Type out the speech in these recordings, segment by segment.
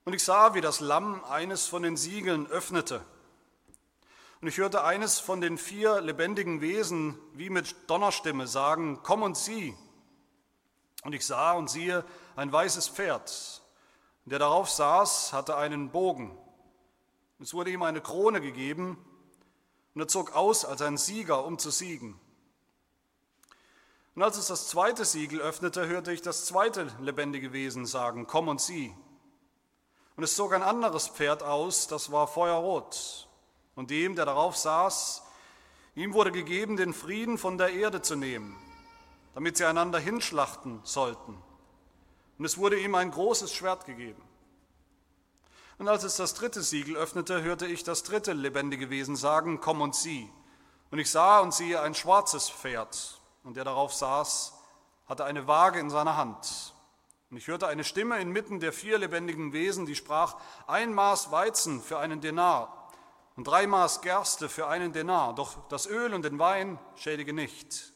Und ich sah, wie das Lamm eines von den Siegeln öffnete. Und ich hörte eines von den 4 lebendigen Wesen wie mit Donnerstimme sagen, komm und sieh. Und ich sah und siehe ein weißes Pferd. Und der darauf saß, hatte einen Bogen. Es wurde ihm eine Krone gegeben und er zog aus als ein Sieger, um zu siegen. Und als es das 2. Siegel öffnete, hörte ich das 2. lebendige Wesen sagen, komm und sieh. Und es zog ein anderes Pferd aus, das war feuerrot. Und dem, der darauf saß, ihm wurde gegeben, den Frieden von der Erde zu nehmen, damit sie einander hinschlachten sollten. Und es wurde ihm ein großes Schwert gegeben. Und als es das 3. Siegel öffnete, hörte ich das 3. lebendige Wesen sagen, komm und sieh. Und ich sah und siehe ein schwarzes Pferd, und der darauf saß, hatte eine Waage in seiner Hand. Und ich hörte eine Stimme inmitten der 4 lebendigen Wesen, die sprach, 1 Maß Weizen für einen Denar und 3 Maß Gerste für einen Denar, doch das Öl und den Wein schädige nicht.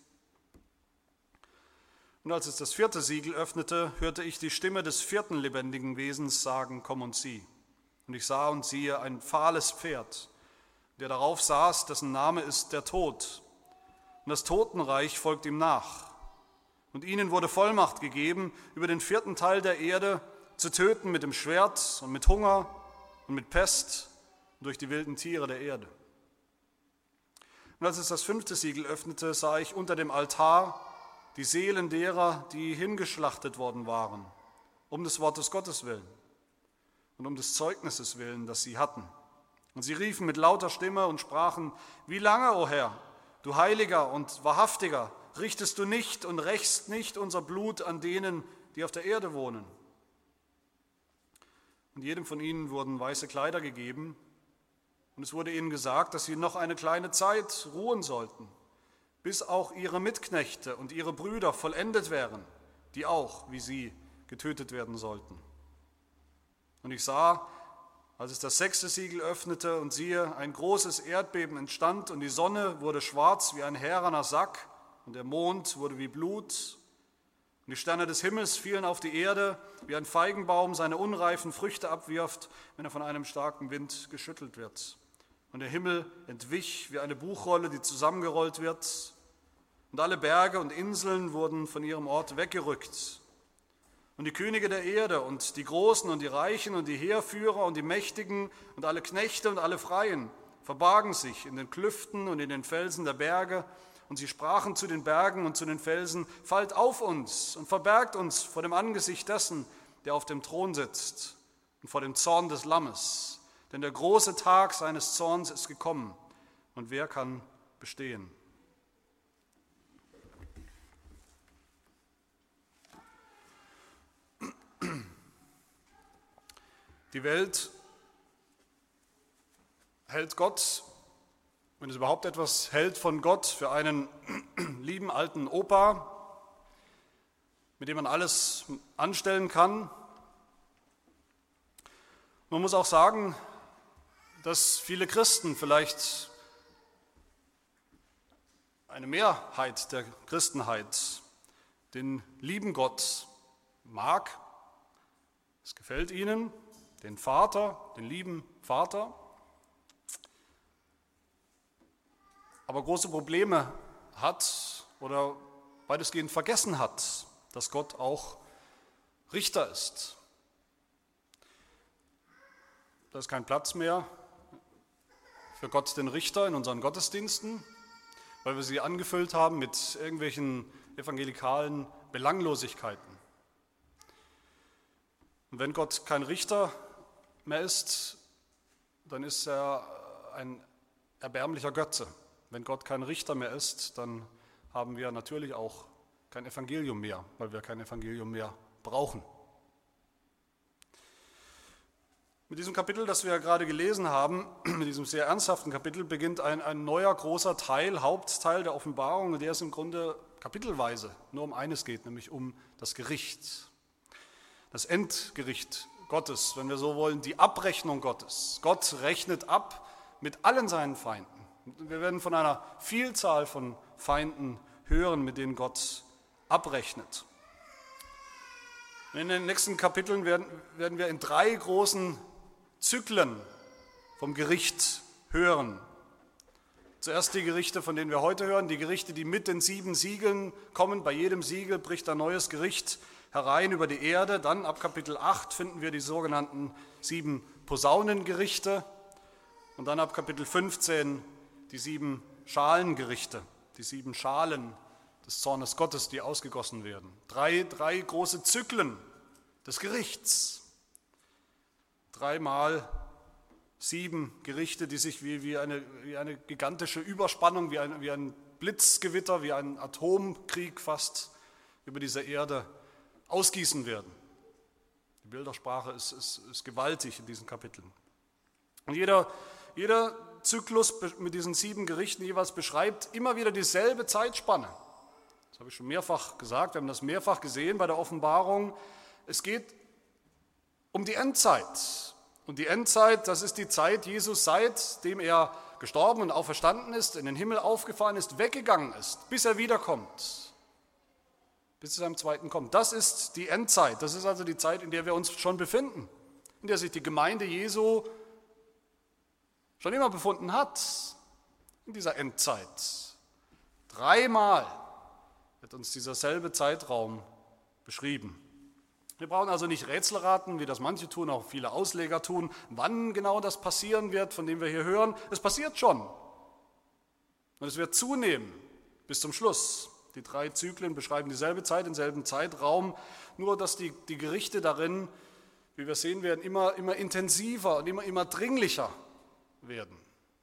Und als es das 4. Siegel öffnete, hörte ich die Stimme des 4. lebendigen Wesens sagen, komm und sieh. Und ich sah und siehe ein fahles Pferd, der darauf saß, dessen Name ist der Tod. Und das Totenreich folgt ihm nach. Und ihnen wurde Vollmacht gegeben, über den 4. Teil der Erde zu töten mit dem Schwert und mit Hunger und mit Pest und durch die wilden Tiere der Erde. Und als es das 5. Siegel öffnete, sah ich unter dem Altar die Seelen derer, die hingeschlachtet worden waren, um des Wortes Gottes willen und um des Zeugnisses willen, das sie hatten. Und sie riefen mit lauter Stimme und sprachen, wie lange, o Herr, du Heiliger und Wahrhaftiger, richtest du nicht und rächst nicht unser Blut an denen, die auf der Erde wohnen? Und jedem von ihnen wurden weiße Kleider gegeben, und es wurde ihnen gesagt, dass sie noch eine kleine Zeit ruhen sollten, bis auch ihre Mitknechte und ihre Brüder vollendet wären, die auch, wie sie, getötet werden sollten. Und ich sah, als es das 6. Siegel öffnete, und siehe, ein großes Erdbeben entstand, und die Sonne wurde schwarz wie ein härener Sack, und der Mond wurde wie Blut, und die Sterne des Himmels fielen auf die Erde, wie ein Feigenbaum seine unreifen Früchte abwirft, wenn er von einem starken Wind geschüttelt wird. Und der Himmel entwich wie eine Buchrolle, die zusammengerollt wird, und alle Berge und Inseln wurden von ihrem Ort weggerückt. Und die Könige der Erde und die Großen und die Reichen und die Heerführer und die Mächtigen und alle Knechte und alle Freien verbargen sich in den Klüften und in den Felsen der Berge, und sie sprachen zu den Bergen und zu den Felsen, fallt auf uns und verbergt uns vor dem Angesicht dessen, der auf dem Thron sitzt, und vor dem Zorn des Lammes. Denn der große Tag seines Zorns ist gekommen, und wer kann bestehen? Die Welt hält Gott, wenn es überhaupt etwas hält von Gott, für einen lieben alten Opa, mit dem man alles anstellen kann. Man muss auch sagen, dass viele Christen, vielleicht eine Mehrheit der Christenheit, den lieben Gott mag. Es gefällt ihnen, den Vater, den lieben Vater, aber große Probleme hat oder weitestgehend vergessen hat, dass Gott auch Richter ist. Da ist kein Platz mehr für Gott, den Richter, in unseren Gottesdiensten, weil wir sie angefüllt haben mit irgendwelchen evangelikalen Belanglosigkeiten. Und wenn Gott kein Richter mehr ist, dann ist er ein erbärmlicher Götze. Wenn Gott kein Richter mehr ist, dann haben wir natürlich auch kein Evangelium mehr, weil wir kein Evangelium mehr brauchen. Mit diesem Kapitel, das wir gerade gelesen haben, mit diesem sehr ernsthaften Kapitel, beginnt ein neuer großer Teil, Hauptteil der Offenbarung, in der es im Grunde kapitelweise nur um eines geht, nämlich um das Gericht. Das Endgericht Gottes, wenn wir so wollen, die Abrechnung Gottes. Gott rechnet ab mit allen seinen Feinden. Wir werden von einer Vielzahl von Feinden hören, mit denen Gott abrechnet. In den nächsten Kapiteln werden wir in 3 großen Zyklen vom Gericht hören. Zuerst die Gerichte, von denen wir heute hören, die Gerichte, die mit den 7 Siegeln kommen. Bei jedem Siegel bricht ein neues Gericht herein über die Erde. Dann ab Kapitel 8 finden wir die sogenannten 7 Posaunengerichte. Und dann ab Kapitel 15 die 7 Schalengerichte, die 7 Schalen des Zornes Gottes, die ausgegossen werden. 3 große Zyklen des Gerichts. 3 mal 7 Gerichte, die sich wie eine gigantische Überspannung, wie ein Blitzgewitter, wie ein Atomkrieg fast über diese Erde ausgießen werden. Die Bildersprache ist gewaltig in diesen Kapiteln. Und jeder Zyklus mit diesen 7 Gerichten jeweils beschreibt immer wieder dieselbe Zeitspanne. Das habe ich schon mehrfach gesagt, wir haben das mehrfach gesehen bei der Offenbarung. Es geht um die Endzeit. Und die Endzeit, das ist die Zeit Jesus, seitdem er gestorben und auferstanden ist, in den Himmel aufgefahren ist, weggegangen ist, bis er wiederkommt, bis es am zweiten kommt. Das ist die Endzeit, das ist also die Zeit, in der wir uns schon befinden, in der sich die Gemeinde Jesu schon immer befunden hat, in dieser Endzeit. 3-mal wird uns dieser selbe Zeitraum beschrieben. Wir brauchen also nicht Rätsel raten, wie das manche tun, auch viele Ausleger tun, wann genau das passieren wird, von dem wir hier hören. Es passiert schon. Und es wird zunehmen bis zum Schluss. Die 3 Zyklen beschreiben dieselbe Zeit, denselben Zeitraum, nur dass die Gerichte darin, wie wir sehen werden, immer intensiver und immer dringlicher werden.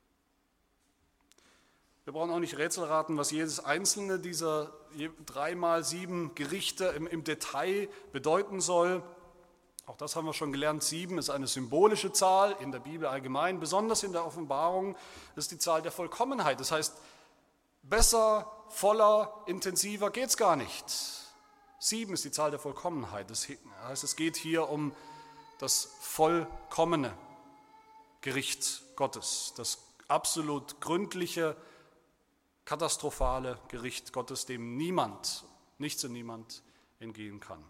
Wir brauchen auch nicht Rätsel raten, was jedes einzelne dieser 3x7 Gerichte im Detail bedeuten soll. Auch das haben wir schon gelernt. 7 ist eine symbolische Zahl in der Bibel allgemein, besonders in der Offenbarung. Das ist die Zahl der Vollkommenheit. Das heißt, besser, voller, intensiver geht es gar nicht. 7 ist die Zahl der Vollkommenheit. Das heißt, es geht hier um das vollkommene Gericht Gottes, das absolut gründliche, katastrophale Gericht Gottes, dem nichts und niemand entgehen kann.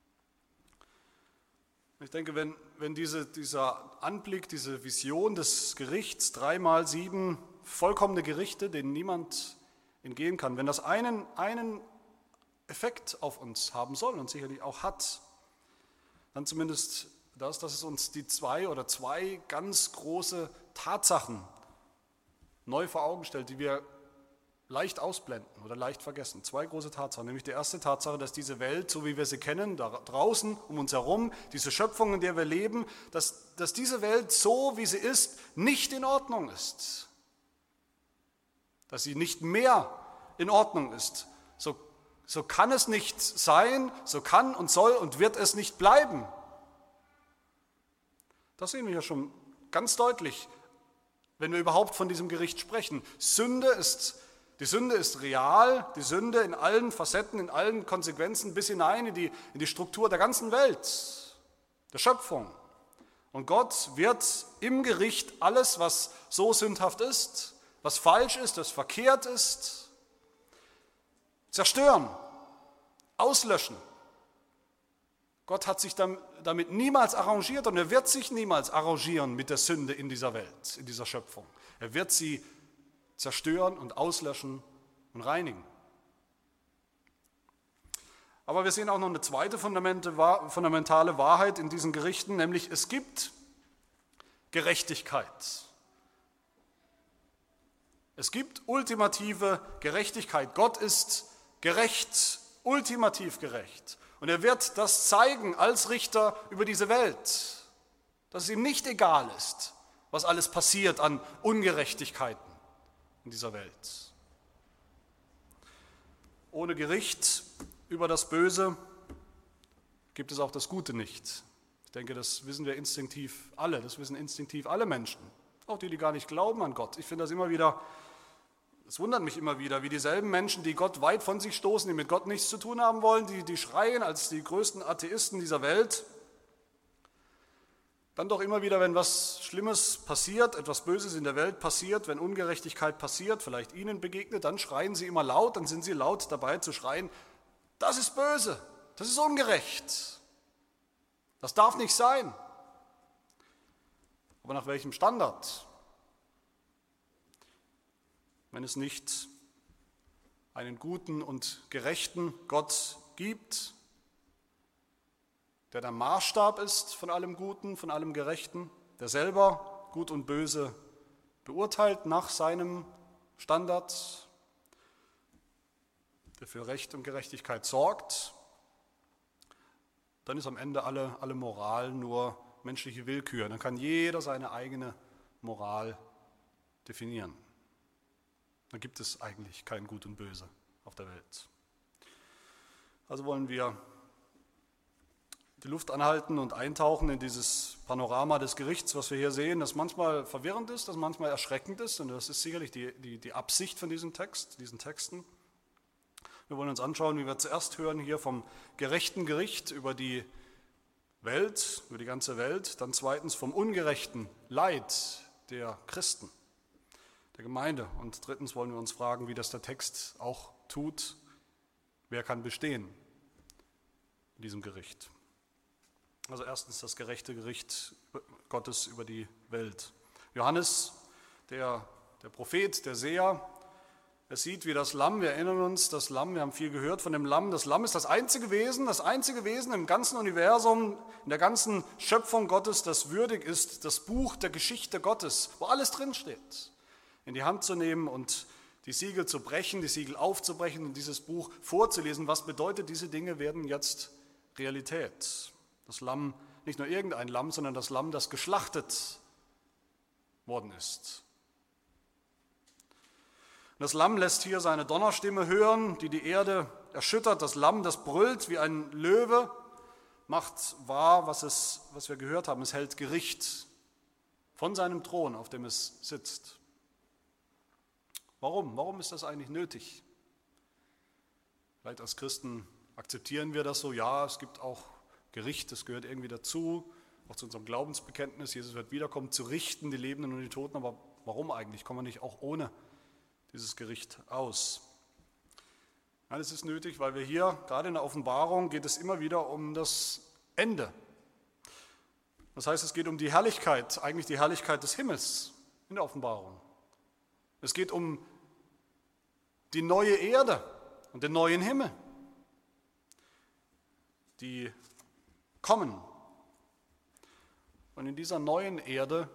Ich denke, wenn dieser Anblick, diese Vision des Gerichts, 3x7 vollkommene Gerichte, denen niemand entgehen kann, wenn das einen Effekt auf uns haben soll und sicherlich auch hat, dann zumindest das, dass es uns die 2 ganz große Tatsachen neu vor Augen stellt, die wir leicht ausblenden oder leicht vergessen. 2 große Tatsachen, nämlich die erste Tatsache, dass diese Welt, so wie wir sie kennen, da draußen um uns herum, diese Schöpfung, in der wir leben, dass diese Welt, so wie sie ist, nicht in Ordnung ist. Dass sie nicht mehr in Ordnung ist. So kann es nicht sein, so kann und soll und wird es nicht bleiben. Das sehen wir ja schon ganz deutlich, wenn wir überhaupt von diesem Gericht sprechen. Die Sünde ist real, die Sünde in allen Facetten, in allen Konsequenzen bis hinein in die Struktur der ganzen Welt, der Schöpfung. Und Gott wird im Gericht alles, was so sündhaft ist, was falsch ist, was verkehrt ist, zerstören, auslöschen. Gott hat sich damit niemals arrangiert und er wird sich niemals arrangieren mit der Sünde in dieser Welt, in dieser Schöpfung. Er wird sie zerstören und auslöschen und reinigen. Aber wir sehen auch noch eine zweite fundamentale Wahrheit in diesen Gerichten, nämlich es gibt Gerechtigkeit. Es gibt ultimative Gerechtigkeit. Gott ist gerecht, ultimativ gerecht. Und er wird das zeigen als Richter über diese Welt, dass es ihm nicht egal ist, was alles passiert an Ungerechtigkeiten in dieser Welt. Ohne Gericht über das Böse gibt es auch das Gute nicht. Ich denke, das wissen wir instinktiv alle, das wissen instinktiv alle Menschen, auch die gar nicht glauben an Gott. Ich finde das immer wieder, es wundert mich immer wieder, wie dieselben Menschen, die Gott weit von sich stoßen, die mit Gott nichts zu tun haben wollen, die schreien als die größten Atheisten dieser Welt, dann doch immer wieder, wenn was Schlimmes passiert, etwas Böses in der Welt passiert, wenn Ungerechtigkeit passiert, vielleicht ihnen begegnet, dann schreien sie immer laut, dann sind sie laut dabei zu schreien, das ist böse, das ist ungerecht. Das darf nicht sein. Aber nach welchem Standard? Wenn es nicht einen guten und gerechten Gott gibt, der Maßstab ist von allem Guten, von allem Gerechten, der selber Gut und Böse beurteilt nach seinem Standard, der für Recht und Gerechtigkeit sorgt, dann ist am Ende alle Moral nur menschliche Willkür. Dann kann jeder seine eigene Moral definieren. Dann gibt es eigentlich kein Gut und Böse auf der Welt. Also wollen wir die Luft anhalten und eintauchen in dieses Panorama des Gerichts, was wir hier sehen, das manchmal verwirrend ist, das manchmal erschreckend ist. Und das ist sicherlich die Absicht von diesem Text, diesen Texten. Wir wollen uns anschauen, wie wir zuerst hören hier vom gerechten Gericht über die Welt, über die ganze Welt, dann zweitens vom ungerechten Leid der Christen, der Gemeinde. Und drittens wollen wir uns fragen, wie das der Text auch tut. Wer kann bestehen in diesem Gericht? Also erstens das gerechte Gericht Gottes über die Welt. Johannes, der Prophet, der Seher, er sieht wie das Lamm, wir erinnern uns, das Lamm, wir haben viel gehört von dem Lamm. Das Lamm ist das einzige Wesen im ganzen Universum, in der ganzen Schöpfung Gottes, das würdig ist, das Buch der Geschichte Gottes, wo alles drinsteht, in die Hand zu nehmen und die Siegel zu brechen, die Siegel aufzubrechen und dieses Buch vorzulesen. Was bedeutet, diese Dinge werden jetzt Realität? Das Lamm, nicht nur irgendein Lamm, sondern das Lamm, das geschlachtet worden ist. Das Lamm lässt hier seine Donnerstimme hören, die die Erde erschüttert. Das Lamm, das brüllt wie ein Löwe, macht wahr, was wir gehört haben. Es hält Gericht von seinem Thron, auf dem es sitzt. Warum? Warum ist das eigentlich nötig? Vielleicht als Christen akzeptieren wir das so, ja, es gibt auch Gericht, das gehört irgendwie dazu, auch zu unserem Glaubensbekenntnis. Jesus wird wiederkommen, zu richten, die Lebenden und die Toten. Aber warum eigentlich? Kommen wir nicht auch ohne dieses Gericht aus? Nein, es ist nötig, weil wir hier, gerade in der Offenbarung, geht es immer wieder um das Ende. Das heißt, es geht um die Herrlichkeit, eigentlich die Herrlichkeit des Himmels in der Offenbarung. Es geht um die neue Erde und den neuen Himmel, die kommen. Und in dieser neuen Erde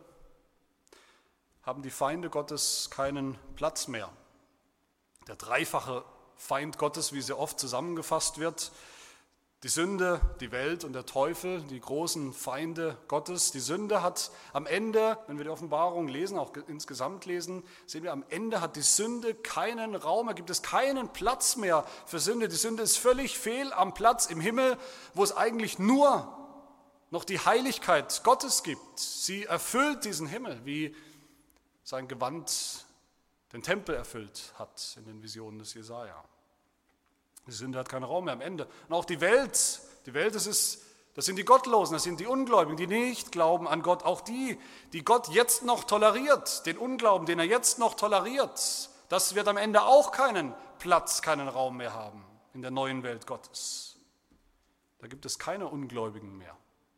haben die Feinde Gottes keinen Platz mehr. Der dreifache Feind Gottes, wie sie oft zusammengefasst wird, die Sünde, die Welt und der Teufel, die großen Feinde Gottes. Die Sünde hat am Ende, wenn wir die Offenbarung lesen, auch insgesamt lesen, sehen wir, am Ende hat die Sünde keinen Raum, da gibt es keinen Platz mehr für Sünde. Die Sünde ist völlig fehl am Platz im Himmel, wo es eigentlich nur noch die Heiligkeit Gottes gibt. Sie erfüllt diesen Himmel, wie sein Gewand den Tempel erfüllt hat in den Visionen des Jesaja. Die Sünde hat keinen Raum mehr am Ende. Und auch die Welt, das sind die Gottlosen, das sind die Ungläubigen, die nicht glauben an Gott. Auch die Gott jetzt noch toleriert, den Unglauben, den er jetzt noch toleriert, das wird am Ende auch keinen Platz, keinen Raum mehr haben in der neuen Welt Gottes. Da gibt es keine Ungläubigen mehr.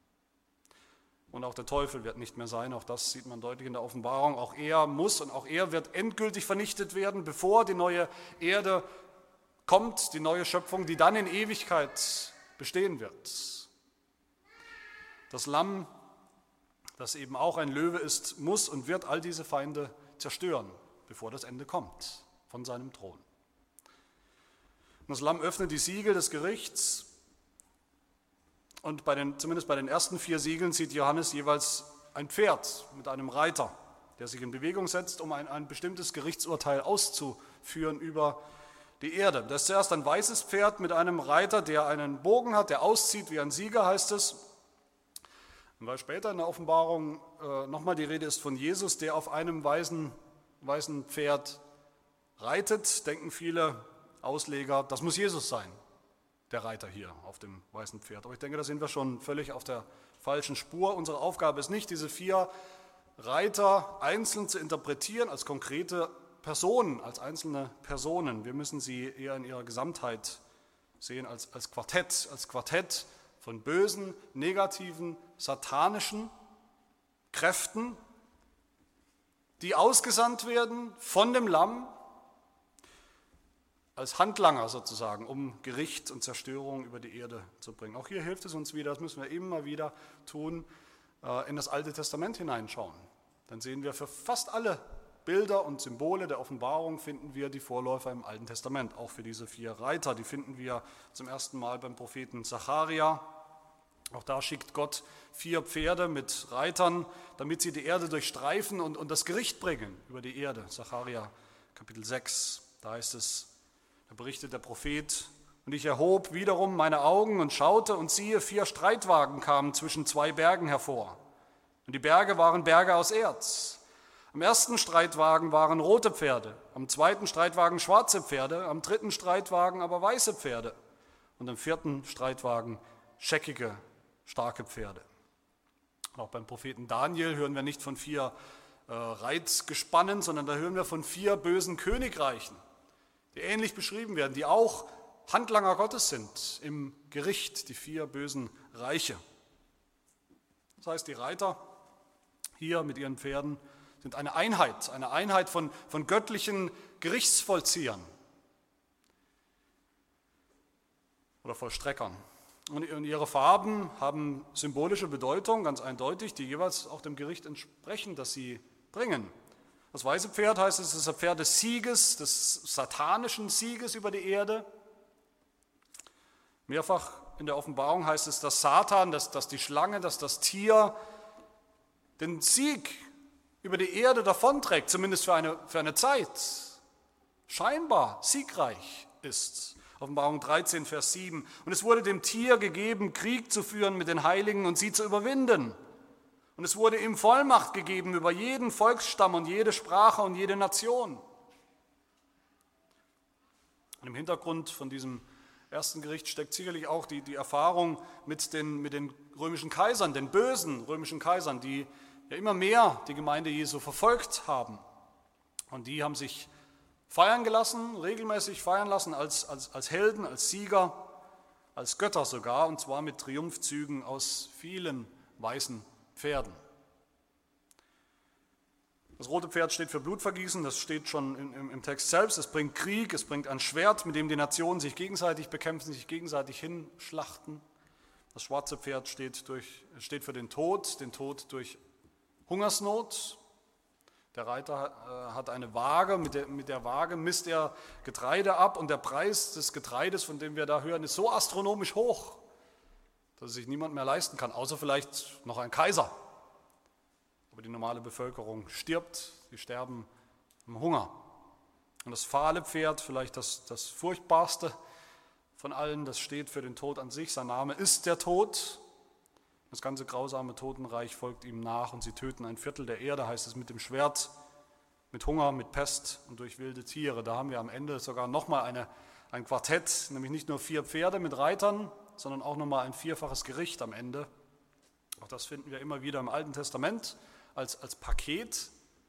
Und auch der Teufel wird nicht mehr sein, auch das sieht man deutlich in der Offenbarung. Auch er muss und auch er wird endgültig vernichtet werden, bevor die neue Erde kommt, die neue Schöpfung, die dann in Ewigkeit bestehen wird. Das Lamm, das eben auch ein Löwe ist, muss und wird all diese Feinde zerstören, bevor das Ende kommt von seinem Thron. Und das Lamm öffnet die Siegel des Gerichts. Und zumindest bei den ersten 4 Siegeln sieht Johannes jeweils ein Pferd mit einem Reiter, der sich in Bewegung setzt, um ein bestimmtes Gerichtsurteil auszuführen über die Erde. Das ist zuerst ein weißes Pferd mit einem Reiter, der einen Bogen hat, der auszieht wie ein Sieger, heißt es. Und weil später in der Offenbarung nochmal die Rede ist von Jesus, der auf einem weißen Pferd reitet, denken viele Ausleger, das muss Jesus sein, der Reiter hier auf dem weißen Pferd. Aber ich denke, da sind wir schon völlig auf der falschen Spur. Unsere Aufgabe ist nicht, diese 4 Reiter einzeln zu interpretieren als konkrete Personen, als einzelne Personen. Wir müssen sie eher in ihrer Gesamtheit sehen als Quartett von bösen, negativen, satanischen Kräften, die ausgesandt werden von dem Lamm als Handlanger sozusagen, um Gericht und Zerstörung über die Erde zu bringen. Auch hier hilft es uns wieder, das müssen wir immer wieder tun, in das Alte Testament hineinschauen. Dann sehen wir für fast alle Bilder und Symbole der Offenbarung finden wir die Vorläufer im Alten Testament. Auch für diese 4 Reiter, die finden wir zum ersten Mal beim Propheten Sacharja. Auch da schickt Gott 4 Pferde mit Reitern, damit sie die Erde durchstreifen und das Gericht bringen über die Erde. Sacharja Kapitel 6, da heißt es, da berichtet der Prophet: Und ich erhob wiederum meine Augen und schaute, und siehe, 4 Streitwagen kamen zwischen 2 Bergen hervor. Und die Berge waren Berge aus Erz. Am ersten Streitwagen waren rote Pferde, am zweiten Streitwagen schwarze Pferde, am dritten Streitwagen aber weiße Pferde und am 4. Streitwagen scheckige, starke Pferde. Und auch beim Propheten Daniel hören wir nicht von 4 Reitgespannen, sondern da hören wir von 4 bösen Königreichen, die ähnlich beschrieben werden, die auch Handlanger Gottes sind im Gericht, die 4 bösen Reiche. Das heißt, die Reiter hier mit ihren Pferden sind eine Einheit von göttlichen Gerichtsvollziehern oder Vollstreckern. Und ihre Farben haben symbolische Bedeutung, ganz eindeutig, die jeweils auch dem Gericht entsprechen, das sie bringen. Das weiße Pferd heißt, es ist das Pferd des Sieges, des satanischen Sieges über die Erde. Mehrfach in der Offenbarung heißt es, dass Satan, dass die Schlange, dass das Tier den Sieg über die Erde davonträgt, zumindest für eine Zeit, scheinbar siegreich ist. Offenbarung 13, Vers 7. Und es wurde dem Tier gegeben, Krieg zu führen mit den Heiligen und sie zu überwinden. Und es wurde ihm Vollmacht gegeben über jeden Volksstamm und jede Sprache und jede Nation. Und im Hintergrund von diesem ersten Gericht steckt sicherlich auch die Erfahrung mit den römischen Kaisern, den bösen römischen Kaisern, die ja immer mehr die Gemeinde Jesu verfolgt haben. Und die haben sich feiern gelassen, regelmäßig feiern lassen als Helden, als Sieger, als Götter sogar, und zwar mit Triumphzügen aus vielen weißen Pferden. Das rote Pferd steht für Blutvergießen, das steht schon im Text selbst. Es bringt Krieg, es bringt ein Schwert, mit dem die Nationen sich gegenseitig bekämpfen, sich gegenseitig hinschlachten. Das schwarze Pferd steht für den Tod durch Hungersnot. Der Reiter hat eine Waage, mit der Waage misst er Getreide ab und der Preis des Getreides, von dem wir da hören, ist so astronomisch hoch, dass es sich niemand mehr leisten kann, außer vielleicht noch ein Kaiser. Aber die normale Bevölkerung stirbt, sie sterben im Hunger. Und das fahle Pferd, vielleicht das furchtbarste von allen, das steht für den Tod an sich. Sein Name ist der Tod. Das ganze grausame Totenreich folgt ihm nach und sie töten ein Viertel der Erde, heißt es, mit dem Schwert, mit Hunger, mit Pest und durch wilde Tiere. Da haben wir am Ende sogar nochmal ein Quartett, nämlich nicht nur 4 Pferde mit Reitern, sondern auch nochmal ein 4-faches Gericht am Ende. Auch das finden wir immer wieder im Alten Testament als Paket.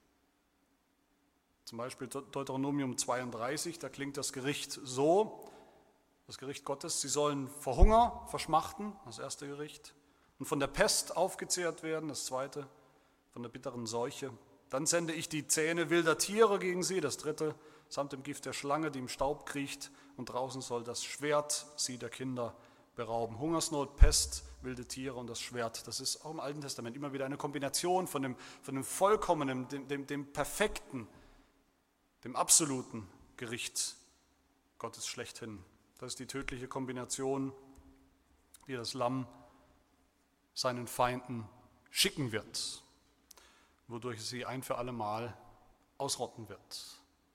Zum Beispiel Deuteronomium 32, da klingt das Gericht so, das Gericht Gottes: Sie sollen vor Hunger verschmachten, das erste Gericht, und von der Pest aufgezehrt werden, das zweite, von der bitteren Seuche. Dann sende ich die Zähne wilder Tiere gegen sie, das dritte, samt dem Gift der Schlange, die im Staub kriecht, und draußen soll das Schwert sie der Kinder berauben. Hungersnot, Pest, wilde Tiere und das Schwert. Das ist auch im Alten Testament immer wieder eine Kombination von dem vollkommenen, dem perfekten, dem absoluten Gericht Gottes schlechthin. Das ist die tödliche Kombination, die das Lamm seinen Feinden schicken wird, wodurch es sie ein für alle Mal ausrotten wird.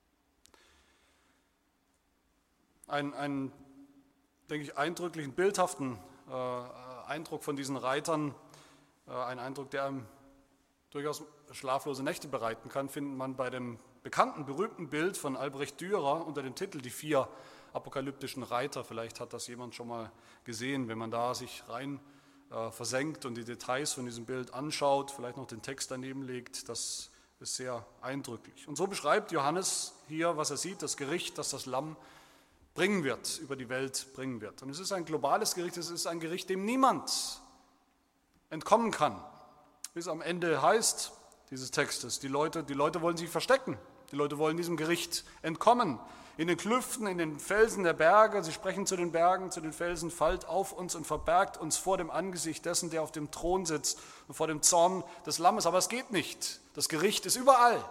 Einen denke ich, eindrücklichen, bildhaften Eindruck von diesen Reitern, ein Eindruck, der einem durchaus schlaflose Nächte bereiten kann, findet man bei dem bekannten, berühmten Bild von Albrecht Dürer unter dem Titel Die 4 apokalyptischen Reiter. Vielleicht hat das jemand schon mal gesehen, wenn man da sich rein versenkt und die Details von diesem Bild anschaut, vielleicht noch den Text daneben legt, das ist sehr eindrücklich. Und so beschreibt Johannes hier, was er sieht, das Gericht, das das Lamm bringen wird, über die Welt bringen wird. Und es ist ein globales Gericht, es ist ein Gericht, dem niemand entkommen kann. Wie es am Ende heißt, dieses Textes, die Leute wollen sich verstecken, die Leute wollen diesem Gericht entkommen. In den Klüften, in den Felsen der Berge, sie sprechen zu den Bergen, zu den Felsen, fallt auf uns und verbergt uns vor dem Angesicht dessen, der auf dem Thron sitzt und vor dem Zorn des Lammes. Aber es geht nicht, das Gericht ist überall.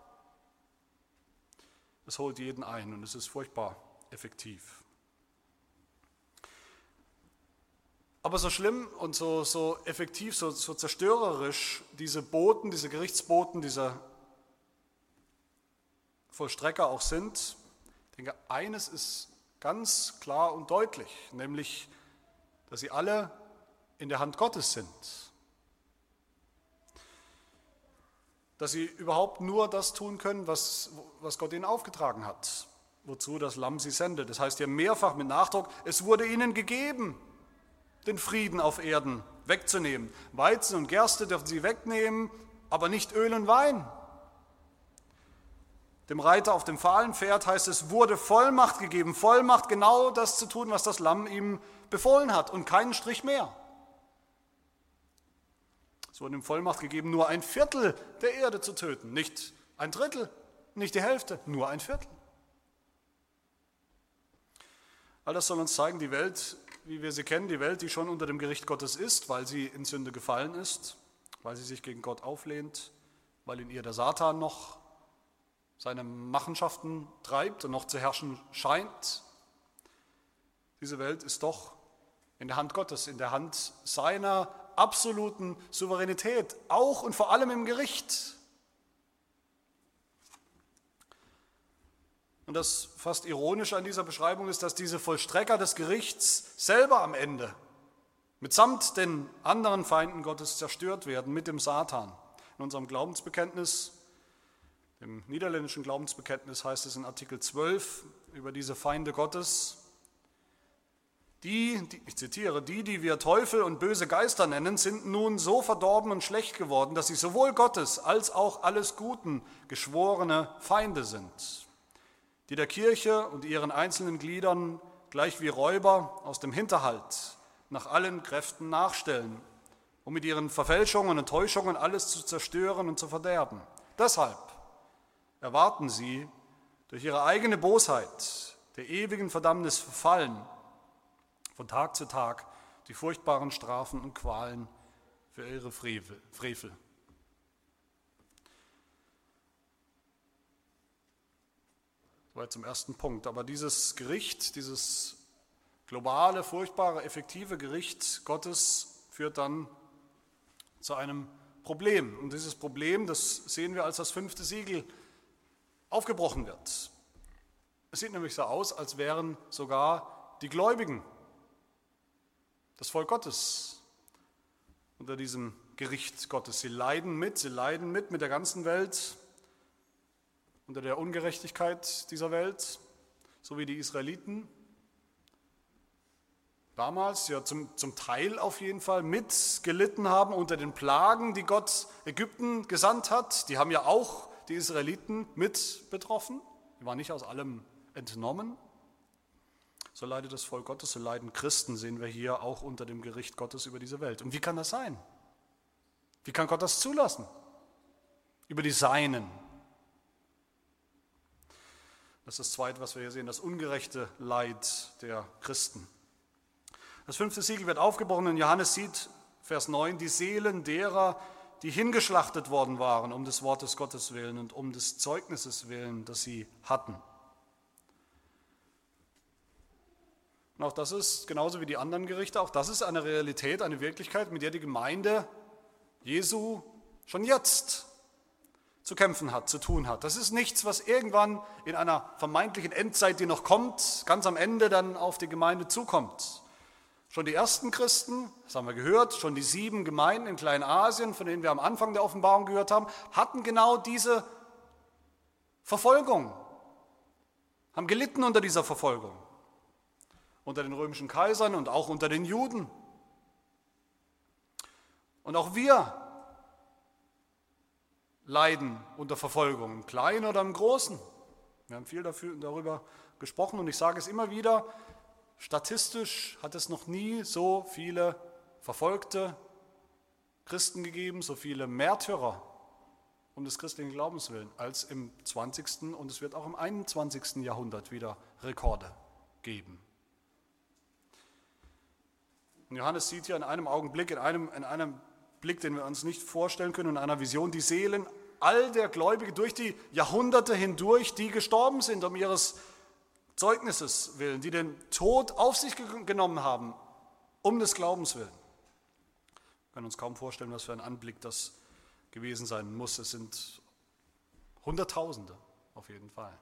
Es holt jeden ein und es ist furchtbar effektiv. Aber so schlimm und so effektiv, so zerstörerisch diese Boten, diese Gerichtsboten, diese Vollstrecker auch sind, ich denke, eines ist ganz klar und deutlich, nämlich, dass sie alle in der Hand Gottes sind. Dass sie überhaupt nur das tun können, was Gott ihnen aufgetragen hat, wozu das Lamm sie sendet. Das heißt ja mehrfach mit Nachdruck, es wurde ihnen gegeben, den Frieden auf Erden wegzunehmen. Weizen und Gerste dürfen sie wegnehmen, aber nicht Öl und Wein. Dem Reiter auf dem fahlen Pferd heißt es, wurde Vollmacht gegeben, Vollmacht genau das zu tun, was das Lamm ihm befohlen hat und keinen Strich mehr. Es wurde ihm Vollmacht gegeben, nur 1/4 der Erde zu töten, nicht 1/3, nicht die Hälfte, nur 1/4. All das soll uns zeigen, die Welt, wie wir sie kennen, die Welt, die schon unter dem Gericht Gottes ist, weil sie in Sünde gefallen ist, weil sie sich gegen Gott auflehnt, weil in ihr der Satan noch seine Machenschaften treibt und noch zu herrschen scheint. Diese Welt ist doch in der Hand Gottes, in der Hand seiner absoluten Souveränität, auch und vor allem im Gericht. Und das fast Ironische an dieser Beschreibung ist, dass diese Vollstrecker des Gerichts selber am Ende mitsamt den anderen Feinden Gottes zerstört werden, mit dem Satan. In unserem Glaubensbekenntnis, im niederländischen Glaubensbekenntnis heißt es in Artikel 12 über diese Feinde Gottes, ich zitiere, die wir Teufel und böse Geister nennen, sind nun so verdorben und schlecht geworden, dass sie sowohl Gottes als auch alles Guten geschworene Feinde sind, die der Kirche und ihren einzelnen Gliedern gleich wie Räuber aus dem Hinterhalt nach allen Kräften nachstellen, um mit ihren Verfälschungen und Täuschungen alles zu zerstören und zu verderben. Deshalb erwarten sie durch ihre eigene Bosheit der ewigen Verdammnis verfallen, von Tag zu Tag die furchtbaren Strafen und Qualen für ihre Frevel. Soweit zum ersten Punkt. Aber dieses Gericht, dieses globale, furchtbare, effektive Gericht Gottes führt dann zu einem Problem. Und dieses Problem, das sehen wir, als das 5. Siegel aufgebrochen wird. Es sieht nämlich so aus, als wären sogar die Gläubigen, das Volk Gottes, unter diesem Gericht Gottes. Sie leiden mit der ganzen Welt, unter der Ungerechtigkeit dieser Welt, so wie die Israeliten damals, ja zum Teil auf jeden Fall, mitgelitten haben unter den Plagen, die Gott Ägypten gesandt hat. Die haben ja auch die Israeliten mit betroffen, die waren nicht aus allem entnommen. So leidet das Volk Gottes, so leiden Christen, sehen wir hier auch unter dem Gericht Gottes über diese Welt. Und wie kann das sein? Wie kann Gott das zulassen? Über die Seinen. Das ist das Zweite, was wir hier sehen, das ungerechte Leid der Christen. Das 5. Siegel wird aufgebrochen und Johannes sieht, Vers 9, die Seelen derer, die hingeschlachtet worden waren, um des Wortes Gottes willen und um des Zeugnisses willen, das sie hatten. Und auch das ist, genauso wie die anderen Gerichte, auch das ist eine Realität, eine Wirklichkeit, mit der die Gemeinde Jesu schon jetzt zu kämpfen hat, zu tun hat. Das ist nichts, was irgendwann in einer vermeintlichen Endzeit, die noch kommt, ganz am Ende dann auf die Gemeinde zukommt. Schon die ersten Christen, das haben wir gehört, schon die 7 Gemeinden in Kleinasien, von denen wir am Anfang der Offenbarung gehört haben, hatten genau diese Verfolgung, haben gelitten unter dieser Verfolgung. Unter den römischen Kaisern und auch unter den Juden. Und auch wir leiden unter Verfolgung, im Kleinen oder im Großen. Wir haben viel darüber gesprochen und ich sage es immer wieder, statistisch hat es noch nie so viele verfolgte Christen gegeben, so viele Märtyrer um des christlichen Glaubens willen, als im 20. und es wird auch im 21. Jahrhundert wieder Rekorde geben. Und Johannes sieht ja in einem Augenblick, in einem Blick, den wir uns nicht vorstellen können, in einer Vision, die Seelen all der Gläubigen durch die Jahrhunderte hindurch, die gestorben sind um ihres Zeugnisses willen, die den Tod auf sich genommen haben, um des Glaubens willen. Wir können uns kaum vorstellen, was für ein Anblick das gewesen sein muss. Es sind Hunderttausende auf jeden Fall.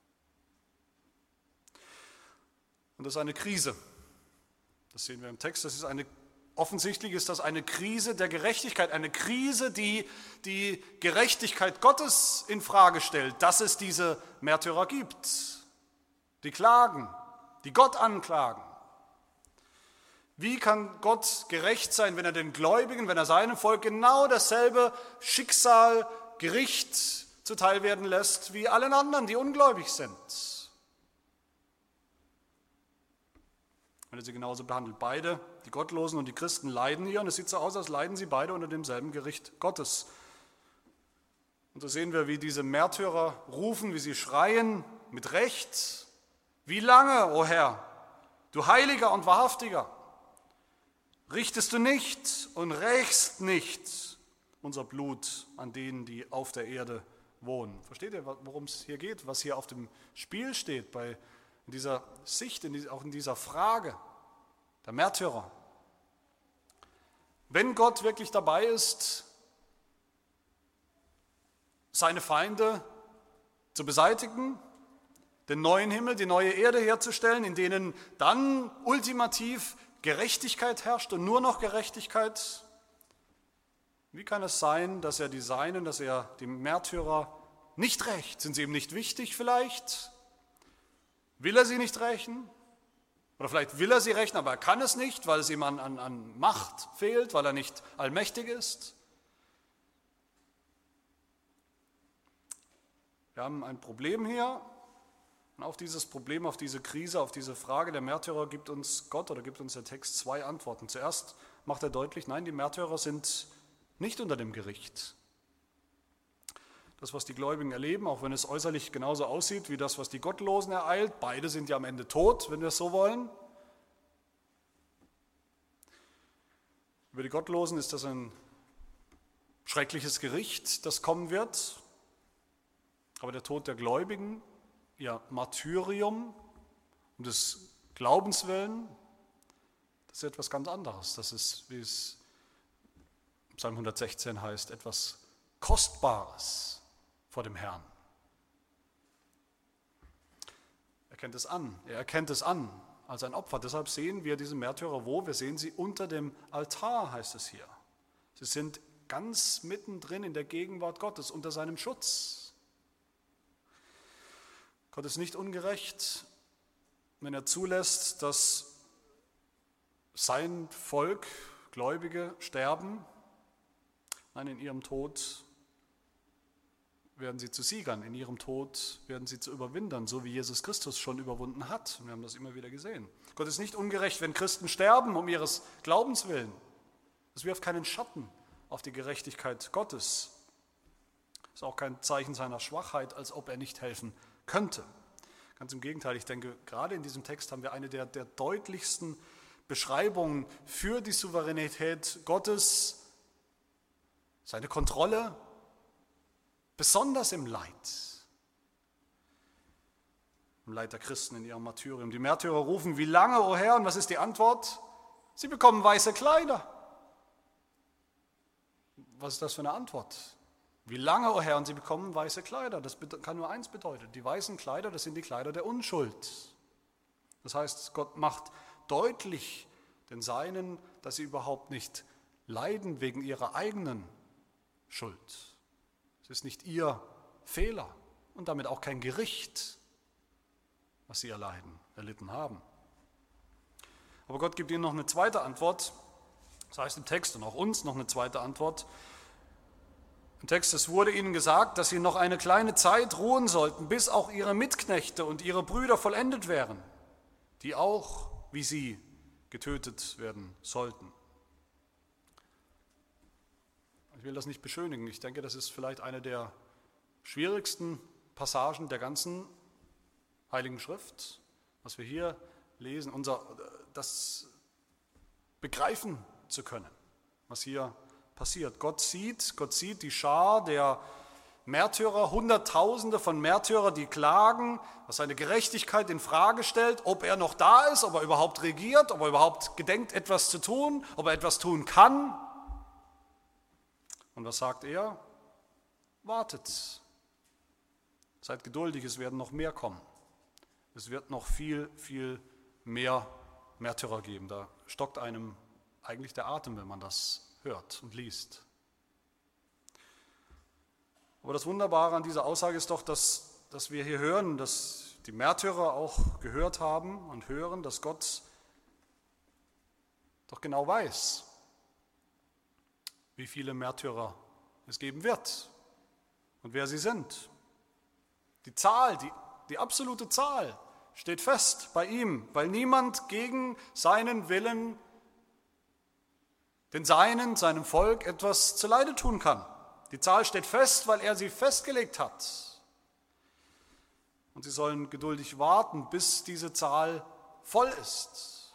Und das ist eine Krise. Das sehen wir im Text. Offensichtlich ist das eine Krise der Gerechtigkeit, eine Krise, die die Gerechtigkeit Gottes in Frage stellt, dass es diese Märtyrer gibt, die klagen, die Gott anklagen. Wie kann Gott gerecht sein, wenn er den Gläubigen, wenn er seinem Volk genau dasselbe Schicksal, Gericht zuteil werden lässt wie allen anderen, die ungläubig sind? Wenn er sie genauso behandelt. Beide, die Gottlosen und die Christen, leiden hier und es sieht so aus, als leiden sie beide unter demselben Gericht Gottes. Und so sehen wir, wie diese Märtyrer rufen, wie sie schreien mit Recht. Wie lange, o Herr, du Heiliger und Wahrhaftiger, richtest du nicht und rächst nicht unser Blut an denen, die auf der Erde wohnen? Versteht ihr, worum es hier geht, was hier auf dem Spiel steht, in dieser Sicht, auch in dieser Frage der Märtyrer? Wenn Gott wirklich dabei ist, seine Feinde zu beseitigen, den neuen Himmel, die neue Erde herzustellen, in denen dann ultimativ Gerechtigkeit herrscht und nur noch Gerechtigkeit, wie kann es sein, dass er die Seinen, dass er die Märtyrer nicht rächt? Sind sie ihm nicht wichtig vielleicht? Will er sie nicht rächen? Oder vielleicht will er sie rächen, aber er kann es nicht, weil es ihm an Macht fehlt, weil er nicht allmächtig ist. Wir haben ein Problem hier und auf dieses Problem, auf diese Krise, auf diese Frage der Märtyrer gibt uns Gott oder gibt uns der Text zwei Antworten. Zuerst macht er deutlich, nein, die Märtyrer sind nicht unter dem Gericht. Das, was die Gläubigen erleben, auch wenn es äußerlich genauso aussieht wie das, was die Gottlosen ereilt, beide sind ja am Ende tot, wenn wir es so wollen. Über die Gottlosen ist das ein schreckliches Gericht, das kommen wird. Aber der Tod der Gläubigen, ihr Martyrium um des Glaubens willen, das ist etwas ganz anderes. Das ist, wie es im Psalm 116 heißt, etwas Kostbares vor dem Herrn. Er erkennt es an als ein Opfer. Deshalb sehen wir diese Märtyrer wo? Wir sehen sie unter dem Altar, heißt es hier. Sie sind ganz mittendrin in der Gegenwart Gottes, unter seinem Schutz. Gott ist nicht ungerecht, wenn er zulässt, dass sein Volk, Gläubige, sterben. Nein, in ihrem Tod werden sie zu Siegern, in ihrem Tod werden sie zu Überwindern, so wie Jesus Christus schon überwunden hat. Und wir haben das immer wieder gesehen. Gott ist nicht ungerecht, wenn Christen sterben um ihres Glaubens willen. Das wirft keinen Schatten auf die Gerechtigkeit Gottes. Das ist auch kein Zeichen seiner Schwachheit, als ob er nicht helfen könnte. Ganz im Gegenteil, ich denke, gerade in diesem Text haben wir eine der deutlichsten Beschreibungen für die Souveränität Gottes, seine Kontrolle, besonders im Leid der Christen in ihrem Martyrium. Die Märtyrer rufen, wie lange, o Herr? Und was ist die Antwort? Sie bekommen weiße Kleider. Was ist das für eine Antwort? Wie lange, o Herr? Und sie bekommen weiße Kleider. Das kann nur eins bedeuten. Die weißen Kleider, das sind die Kleider der Unschuld. Das heißt, Gott macht deutlich den Seinen, dass sie überhaupt nicht leiden wegen ihrer eigenen Schuld. Es ist nicht ihr Fehler und damit auch kein Gericht, was sie erlitten haben. Aber Gott gibt ihnen noch eine zweite Antwort, das heißt im Text und auch uns noch eine zweite Antwort, Im Text, es wurde ihnen gesagt, dass sie noch eine kleine Zeit ruhen sollten, bis auch ihre Mitknechte und ihre Brüder vollendet wären, die auch, wie sie, getötet werden sollten. Ich will das nicht beschönigen. Ich denke, das ist vielleicht eine der schwierigsten Passagen der ganzen Heiligen Schrift, was wir hier lesen, das begreifen zu können, was hier passiert. Gott sieht die Schar der Märtyrer, Hunderttausende von Märtyrern, die klagen, was seine Gerechtigkeit in Frage stellt, ob er noch da ist, ob er überhaupt regiert, ob er überhaupt gedenkt, etwas zu tun, ob er etwas tun kann. Und was sagt er? Wartet. Seid geduldig, es werden noch mehr kommen. Es wird noch viel, viel mehr Märtyrer geben. Da stockt einem eigentlich der Atem, wenn man das hört und liest. Aber das Wunderbare an dieser Aussage ist doch, dass wir hier hören, dass die Märtyrer auch gehört haben und hören, dass Gott doch genau weiß, wie viele Märtyrer es geben wird und wer sie sind. Die Zahl, die absolute Zahl steht fest bei ihm, weil niemand gegen seinen Willen seinem Volk etwas zuleide tun kann. Die Zahl steht fest, weil er sie festgelegt hat. Und sie sollen geduldig warten, bis diese Zahl voll ist.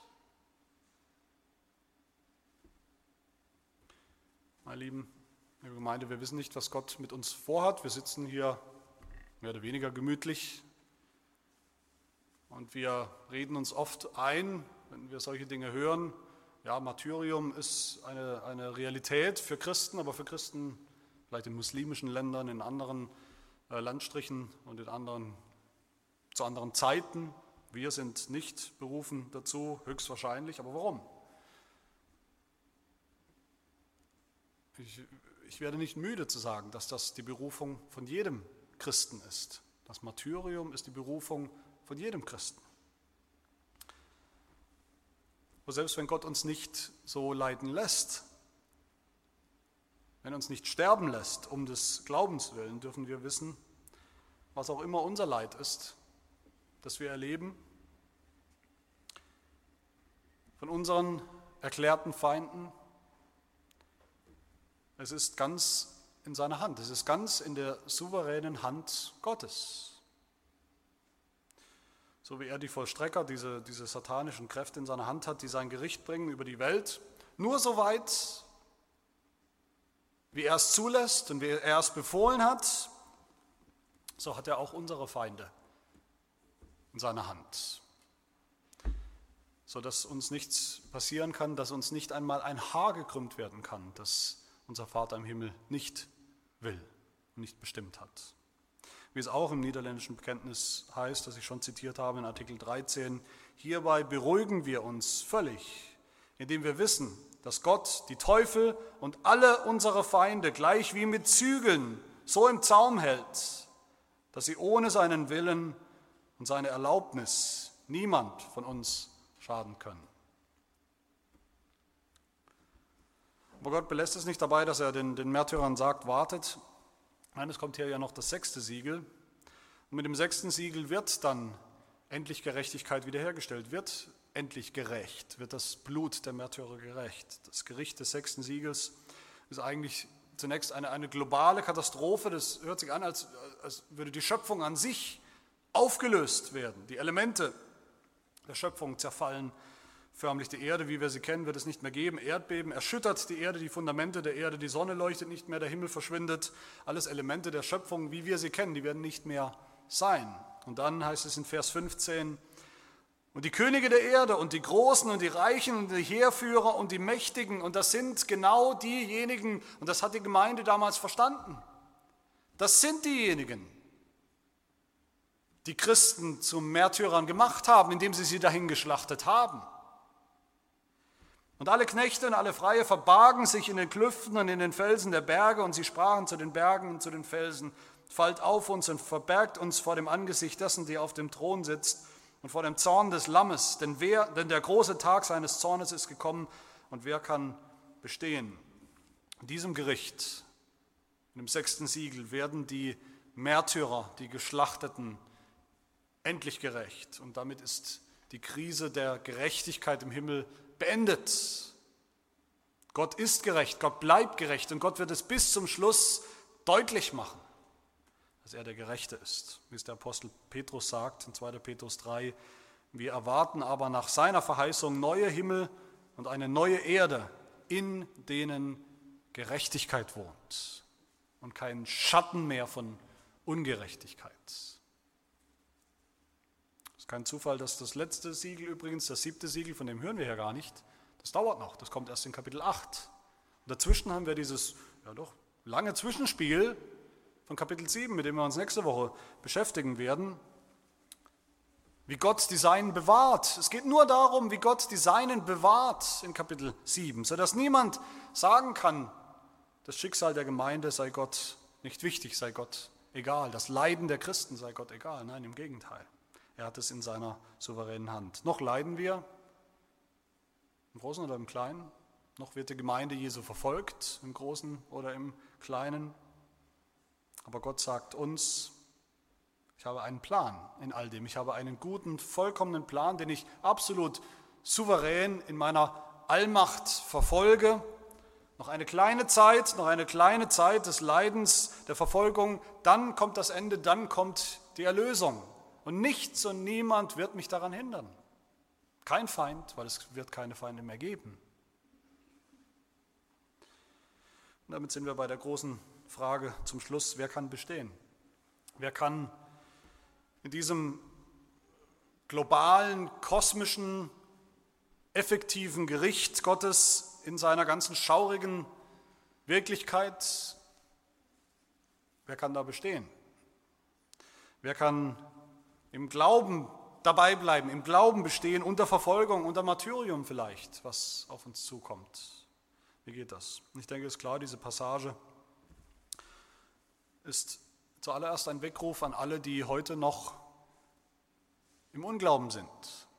Meine Lieben, liebe Gemeinde, wir wissen nicht, was Gott mit uns vorhat. Wir sitzen hier mehr oder weniger gemütlich und wir reden uns oft ein, wenn wir solche Dinge hören. Ja, Martyrium ist eine Realität für Christen, aber für Christen vielleicht in muslimischen Ländern, in anderen Landstrichen und zu anderen Zeiten. Wir sind nicht berufen dazu, höchstwahrscheinlich. Aber warum? Ich werde nicht müde zu sagen, dass das die Berufung von jedem Christen ist. Das Martyrium ist die Berufung von jedem Christen. Aber selbst wenn Gott uns nicht so leiden lässt, wenn er uns nicht sterben lässt, um des Glaubens willen, dürfen wir wissen, was auch immer unser Leid ist, das wir erleben, von unseren erklärten Feinden, es ist ganz in seiner Hand, es ist ganz in der souveränen Hand Gottes. So wie er die Vollstrecker, diese satanischen Kräfte in seiner Hand hat, die sein Gericht bringen über die Welt, nur so weit, wie er es zulässt und wie er es befohlen hat, so hat er auch unsere Feinde in seiner Hand. Sodass uns nichts passieren kann, dass uns nicht einmal ein Haar gekrümmt werden kann, das unser Vater im Himmel nicht will und nicht bestimmt hat. Wie es auch im niederländischen Bekenntnis heißt, das ich schon zitiert habe in Artikel 13, hierbei beruhigen wir uns völlig, indem wir wissen, dass Gott die Teufel und alle unsere Feinde gleich wie mit Zügeln so im Zaum hält, dass sie ohne seinen Willen und seine Erlaubnis niemand von uns schaden können. Aber Gott belässt es nicht dabei, dass er den Märtyrern sagt, wartet. Nein, es kommt hier ja noch das 6. Siegel. Und mit dem 6. Siegel wird dann endlich Gerechtigkeit wiederhergestellt, wird endlich gerecht, wird das Blut der Märtyrer gerecht. Das Gericht des 6. Siegels ist eigentlich zunächst eine globale Katastrophe. Das hört sich an, als würde die Schöpfung an sich aufgelöst werden. Die Elemente der Schöpfung zerfallen förmlich. Die Erde, wie wir sie kennen, wird es nicht mehr geben. Erdbeben erschüttert die Erde, die Fundamente der Erde, die Sonne leuchtet nicht mehr, der Himmel verschwindet. Alles Elemente der Schöpfung, wie wir sie kennen, die werden nicht mehr sein. Und dann heißt es in Vers 15, und die Könige der Erde und die Großen und die Reichen und die Heerführer und die Mächtigen, und das sind genau diejenigen, und das hat die Gemeinde damals verstanden, das sind diejenigen, die Christen zu Märtyrern gemacht haben, indem sie dahingeschlachtet haben. Und alle Knechte und alle Freie verbargen sich in den Klüften und in den Felsen der Berge, und sie sprachen zu den Bergen und zu den Felsen, fallt auf uns und verbergt uns vor dem Angesicht dessen, der auf dem Thron sitzt, und vor dem Zorn des Lammes, denn der große Tag seines Zornes ist gekommen, und wer kann bestehen? In diesem Gericht, in Und im 6. Siegel werden die Märtyrer, die Geschlachteten, endlich gerecht. Und damit ist die Krise der Gerechtigkeit im Himmel beendet. Gott ist gerecht, Gott bleibt gerecht und Gott wird es bis zum Schluss deutlich machen, dass er der Gerechte ist. Wie es der Apostel Petrus sagt in 2. Petrus 3, wir erwarten aber nach seiner Verheißung neue Himmel und eine neue Erde, in denen Gerechtigkeit wohnt und kein Schatten mehr von Ungerechtigkeit. Es ist kein Zufall, dass das letzte Siegel übrigens, das 7. Siegel, von dem hören wir ja gar nicht, das dauert noch, das kommt erst in Kapitel 8. Und dazwischen haben wir dieses lange Zwischenspiel von Kapitel 7, mit dem wir uns nächste Woche beschäftigen werden, wie Gott die Seinen bewahrt. Es geht nur darum, wie Gott die Seinen bewahrt in Kapitel 7, sodass niemand sagen kann, das Schicksal der Gemeinde sei Gott nicht wichtig, sei Gott egal, das Leiden der Christen sei Gott egal. Nein, im Gegenteil. Er hat es in seiner souveränen Hand. Noch leiden wir, im Großen oder im Kleinen. Noch wird die Gemeinde Jesu verfolgt, im Großen oder im Kleinen. Aber Gott sagt uns, ich habe einen Plan in all dem. Ich habe einen guten, vollkommenen Plan, den ich absolut souverän in meiner Allmacht verfolge. Noch eine kleine Zeit des Leidens, der Verfolgung, dann kommt das Ende, dann kommt die Erlösung. Und nichts und niemand wird mich daran hindern. Kein Feind, weil es wird keine Feinde mehr geben. Und damit sind wir bei der großen Frage zum Schluss, wer kann bestehen? Wer kann in diesem globalen, kosmischen, effektiven Gericht Gottes in seiner ganzen schaurigen Wirklichkeit, wer kann da bestehen? Wer kann im Glauben dabei bleiben, im Glauben bestehen, unter Verfolgung, unter Martyrium vielleicht, was auf uns zukommt? Wie geht das? Ich denke, es ist klar, diese Passage ist zuallererst ein Weckruf an alle, die heute noch im Unglauben sind,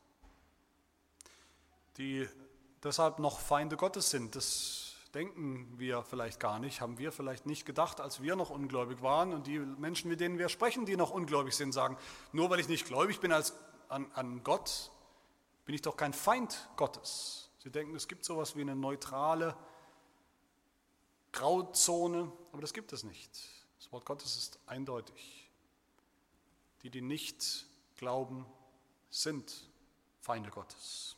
die deshalb noch Feinde Gottes sind. Das denken wir vielleicht gar nicht, haben wir vielleicht nicht gedacht, als wir noch ungläubig waren. Und die Menschen, mit denen wir sprechen, die noch ungläubig sind, sagen, nur weil ich nicht gläubig bin an Gott, bin ich doch kein Feind Gottes. Sie denken, es gibt sowas wie eine neutrale Grauzone, aber das gibt es nicht. Das Wort Gottes ist eindeutig. Die nicht glauben, sind Feinde Gottes.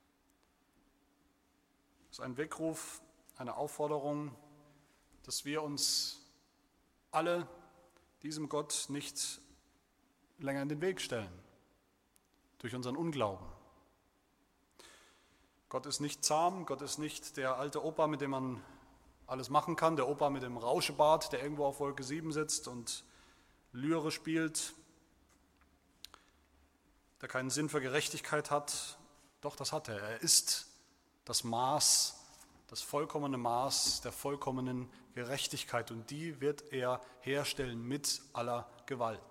Es ist ein Weckruf, eine Aufforderung, dass wir uns alle diesem Gott nicht länger in den Weg stellen, durch unseren Unglauben. Gott ist nicht zahm, Gott ist nicht der alte Opa, mit dem man alles machen kann, der Opa mit dem Rauschebart, der irgendwo auf Wolke 7 sitzt und Lyre spielt, der keinen Sinn für Gerechtigkeit hat. Doch, das hat er. Er ist das Maß, das vollkommene Maß der vollkommenen Gerechtigkeit und die wird er herstellen mit aller Gewalt.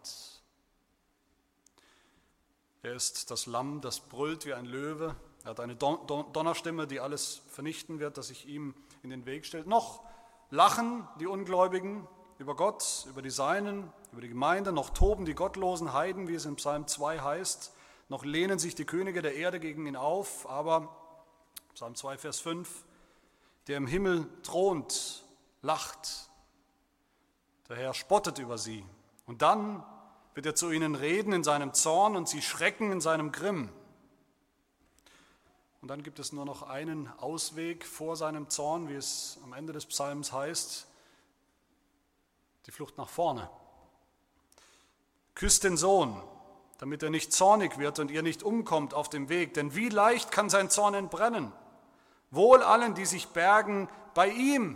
Er ist das Lamm, das brüllt wie ein Löwe. Er hat eine Donnerstimme, die alles vernichten wird, das sich ihm in den Weg stellt. Noch lachen die Ungläubigen über Gott, über die Seinen, über die Gemeinde. Noch toben die gottlosen Heiden, wie es in Psalm 2 heißt. Noch lehnen sich die Könige der Erde gegen ihn auf. Aber, Psalm 2, Vers 5, der im Himmel thront, lacht. Der Herr spottet über sie. Und dann wird er zu ihnen reden in seinem Zorn und sie schrecken in seinem Grimm. Und dann gibt es nur noch einen Ausweg vor seinem Zorn, wie es am Ende des Psalms heißt, die Flucht nach vorne. Küsst den Sohn, damit er nicht zornig wird und ihr nicht umkommt auf dem Weg, denn wie leicht kann sein Zorn entbrennen. Wohl allen, die sich bergen bei ihm.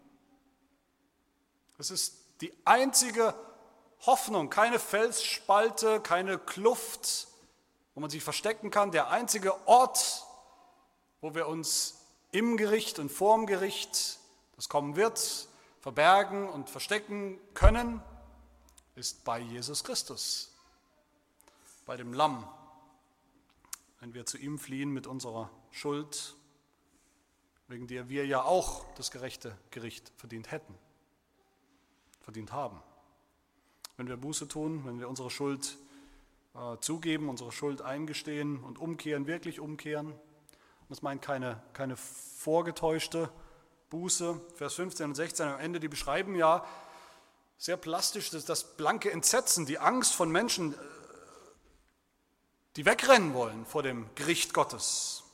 Es ist die einzige Hoffnung, keine Felsspalte, keine Kluft, wo man sich verstecken kann, der einzige Ort, wo wir uns im Gericht und vorm Gericht, das kommen wird, verbergen und verstecken können, ist bei Jesus Christus, bei dem Lamm, wenn wir zu ihm fliehen mit unserer Schuld, wegen der wir ja auch das gerechte Gericht verdient hätten. verdient haben. Wenn wir Buße tun, wenn wir unsere Schuld zugeben, unsere Schuld eingestehen und umkehren, wirklich umkehren. Und das meint keine vorgetäuschte Buße. Vers 15 und 16 am Ende, die beschreiben ja sehr plastisch das blanke Entsetzen, die Angst von Menschen, die wegrennen wollen vor dem Gericht Gottes.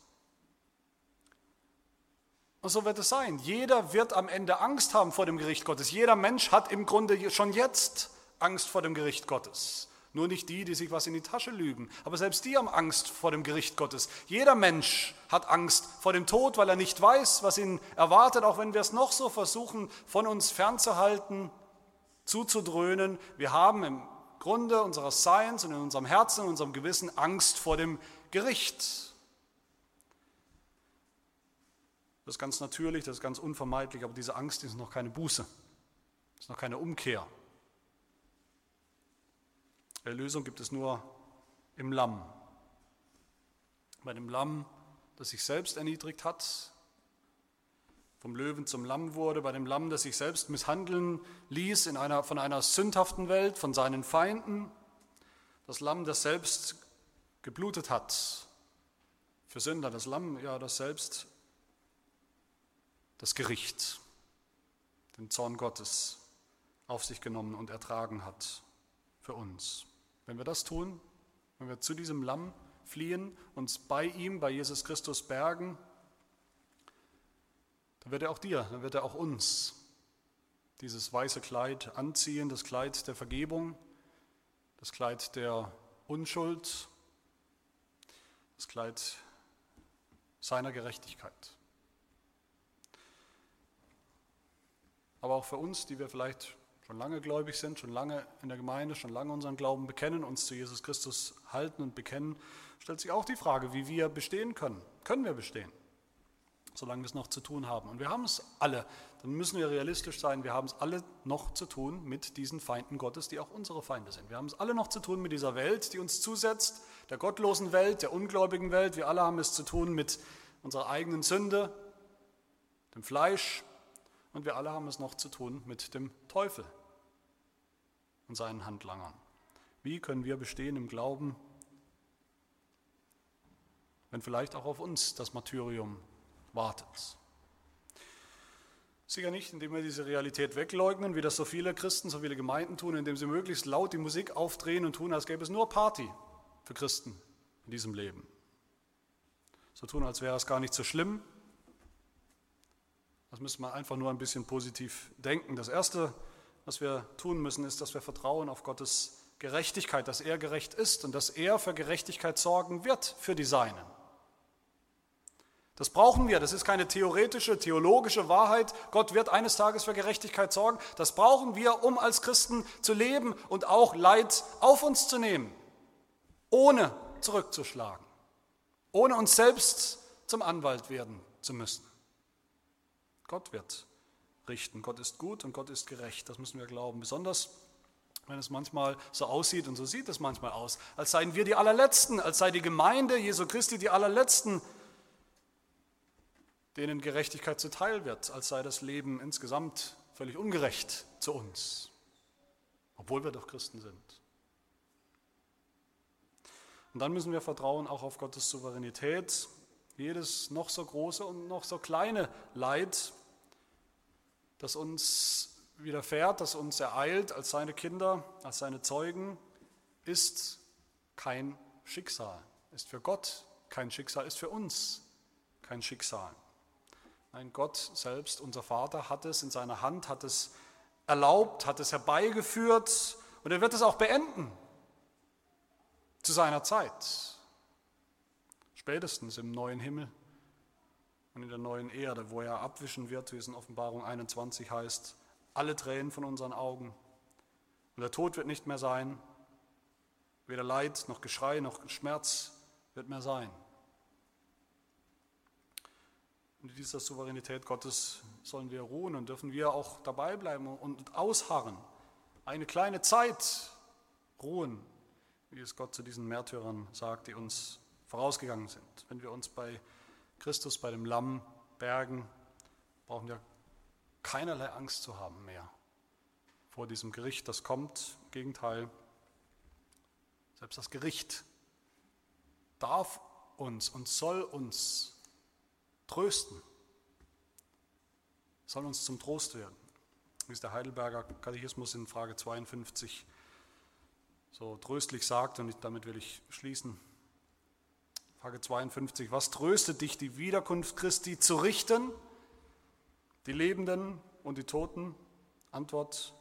Und so wird es sein. Jeder wird am Ende Angst haben vor dem Gericht Gottes. Jeder Mensch hat im Grunde schon jetzt Angst vor dem Gericht Gottes. Nur nicht die sich was in die Tasche lügen. Aber selbst die haben Angst vor dem Gericht Gottes. Jeder Mensch hat Angst vor dem Tod, weil er nicht weiß, was ihn erwartet, auch wenn wir es noch so versuchen, von uns fernzuhalten, zuzudröhnen. Wir haben im Grunde unseres Seins und in unserem Herzen, in unserem Gewissen Angst vor dem Gericht. Das ist ganz natürlich, das ist ganz unvermeidlich, aber diese Angst ist noch keine Buße, ist noch keine Umkehr. Erlösung gibt es nur im Lamm. Bei dem Lamm, das sich selbst erniedrigt hat, vom Löwen zum Lamm wurde, bei dem Lamm, das sich selbst misshandeln ließ von einer sündhaften Welt, von seinen Feinden, das Lamm, das selbst geblutet hat für Sünder, das Lamm, ja, das selbst das Gericht, den Zorn Gottes auf sich genommen und ertragen hat für uns. Wenn wir das tun, wenn wir zu diesem Lamm fliehen, uns bei ihm, bei Jesus Christus bergen, dann wird er auch dir, dann wird er auch uns dieses weiße Kleid anziehen, das Kleid der Vergebung, das Kleid der Unschuld, das Kleid seiner Gerechtigkeit. Aber auch für uns, die wir vielleicht schon lange gläubig sind, schon lange in der Gemeinde, schon lange unseren Glauben bekennen, uns zu Jesus Christus halten und bekennen, stellt sich auch die Frage, wie wir bestehen können. Können wir bestehen, solange wir es noch zu tun haben? Und wir haben es alle, dann müssen wir realistisch sein, wir haben es alle noch zu tun mit diesen Feinden Gottes, die auch unsere Feinde sind. Wir haben es alle noch zu tun mit dieser Welt, die uns zusetzt, der gottlosen Welt, der ungläubigen Welt. Wir alle haben es zu tun mit unserer eigenen Sünde, dem Fleisch, und wir alle haben es noch zu tun mit dem Teufel und seinen Handlangern. Wie können wir bestehen im Glauben, wenn vielleicht auch auf uns das Martyrium wartet? Sicher nicht, indem wir diese Realität wegleugnen, wie das so viele Christen, so viele Gemeinden tun, indem sie möglichst laut die Musik aufdrehen und tun, als gäbe es nur Party für Christen in diesem Leben. So tun, als wäre es gar nicht so schlimm. Das müssen wir einfach nur ein bisschen positiv denken. Das Erste, was wir tun müssen, ist, dass wir vertrauen auf Gottes Gerechtigkeit, dass er gerecht ist und dass er für Gerechtigkeit sorgen wird für die Seinen. Das brauchen wir, das ist keine theoretische, theologische Wahrheit. Gott wird eines Tages für Gerechtigkeit sorgen. Das brauchen wir, um als Christen zu leben und auch Leid auf uns zu nehmen, ohne zurückzuschlagen, ohne uns selbst zum Anwalt werden zu müssen. Gott wird richten. Gott ist gut und Gott ist gerecht. Das müssen wir glauben. Besonders, wenn es manchmal so aussieht, und so sieht es manchmal aus, als seien wir die Allerletzten, als sei die Gemeinde Jesu Christi die Allerletzten, denen Gerechtigkeit zuteil wird, als sei das Leben insgesamt völlig ungerecht zu uns, obwohl wir doch Christen sind. Und dann müssen wir vertrauen auch auf Gottes Souveränität. Jedes noch so große und noch so kleine Leid, das uns widerfährt, das uns ereilt als seine Kinder, als seine Zeugen, ist kein Schicksal, ist für Gott kein Schicksal, ist für uns kein Schicksal. Nein, Gott selbst, unser Vater, hat es in seiner Hand, hat es erlaubt, hat es herbeigeführt und er wird es auch beenden zu seiner Zeit. Spätestens im neuen Himmel und in der neuen Erde, wo er abwischen wird, wie es in Offenbarung 21 heißt, alle Tränen von unseren Augen. Und der Tod wird nicht mehr sein, weder Leid noch Geschrei noch Schmerz wird mehr sein. Und in dieser Souveränität Gottes sollen wir ruhen und dürfen wir auch dabei bleiben und ausharren. Eine kleine Zeit ruhen, wie es Gott zu diesen Märtyrern sagt, die uns vorausgegangen sind. Wenn wir uns bei Christus, bei dem Lamm bergen, brauchen wir keinerlei Angst zu haben mehr vor diesem Gericht, das kommt. Im Gegenteil, selbst das Gericht darf uns und soll uns trösten, soll uns zum Trost werden. Wie es der Heidelberger Katechismus in Frage 52 so tröstlich sagt, und damit will ich schließen. Frage 52, was tröstet dich, die Wiederkunft Christi zu richten, die Lebenden und die Toten? Antwort,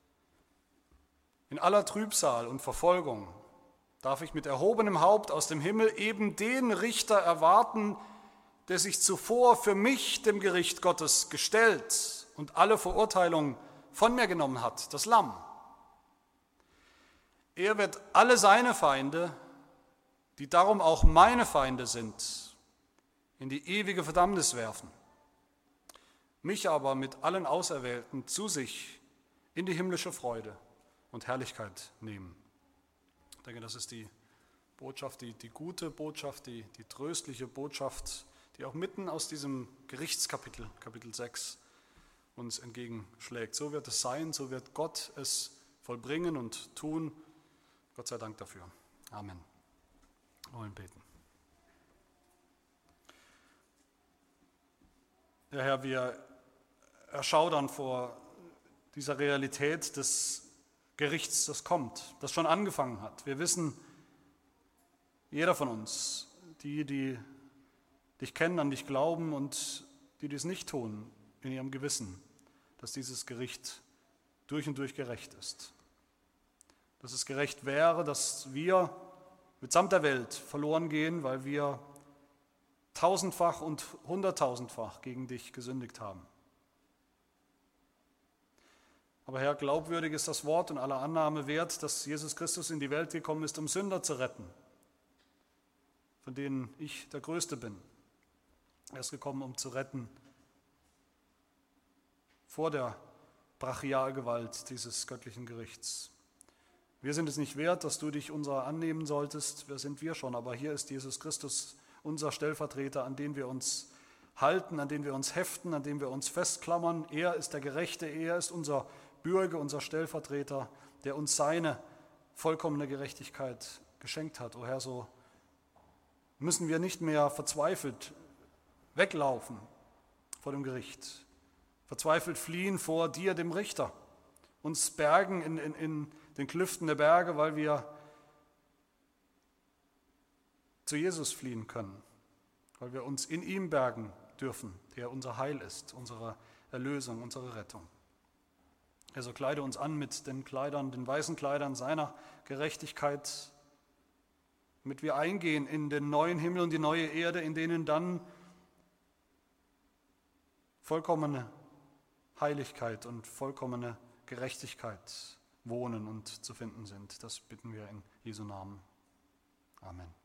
in aller Trübsal und Verfolgung darf ich mit erhobenem Haupt aus dem Himmel eben den Richter erwarten, der sich zuvor für mich dem Gericht Gottes gestellt und alle Verurteilung von mir genommen hat, das Lamm. Er wird alle seine Feinde, die darum auch meine Feinde sind, in die ewige Verdammnis werfen, mich aber mit allen Auserwählten zu sich in die himmlische Freude und Herrlichkeit nehmen. Ich denke, das ist die Botschaft, die gute Botschaft, die tröstliche Botschaft, die auch mitten aus diesem Gerichtskapitel, Kapitel 6, uns entgegenschlägt. So wird es sein, so wird Gott es vollbringen und tun. Gott sei Dank dafür. Amen. Wir wollen beten. Ja, Herr, wir erschaudern vor dieser Realität des Gerichts, das kommt, das schon angefangen hat. Wir wissen, jeder von uns, die dich kennen, an dich glauben und die dies nicht tun, in ihrem Gewissen, dass dieses Gericht durch und durch gerecht ist. Dass es gerecht wäre, dass wir mitsamt der Welt verloren gehen, weil wir tausendfach und hunderttausendfach gegen dich gesündigt haben. Aber Herr, glaubwürdig ist das Wort und aller Annahme wert, dass Jesus Christus in die Welt gekommen ist, um Sünder zu retten, von denen ich der Größte bin. Er ist gekommen, um zu retten vor der Brachialgewalt dieses göttlichen Gerichts. Wir sind es nicht wert, dass du dich unserer annehmen solltest, wer sind wir schon, aber hier ist Jesus Christus, unser Stellvertreter, an den wir uns halten, an den wir uns heften, an dem wir uns festklammern. Er ist der Gerechte, er ist unser Bürger, unser Stellvertreter, der uns seine vollkommene Gerechtigkeit geschenkt hat. O Herr, so müssen wir nicht mehr verzweifelt weglaufen vor dem Gericht, verzweifelt fliehen vor dir, dem Richter, uns bergen in den Klüften der Berge, weil wir zu Jesus fliehen können, weil wir uns in ihm bergen dürfen, der unser Heil ist, unsere Erlösung, unsere Rettung. Er so kleide uns an mit den Kleidern, den weißen Kleidern seiner Gerechtigkeit, damit wir eingehen in den neuen Himmel und die neue Erde, in denen dann vollkommene Heiligkeit und vollkommene Gerechtigkeit wohnen und zu finden sind. Das bitten wir in Jesu Namen. Amen.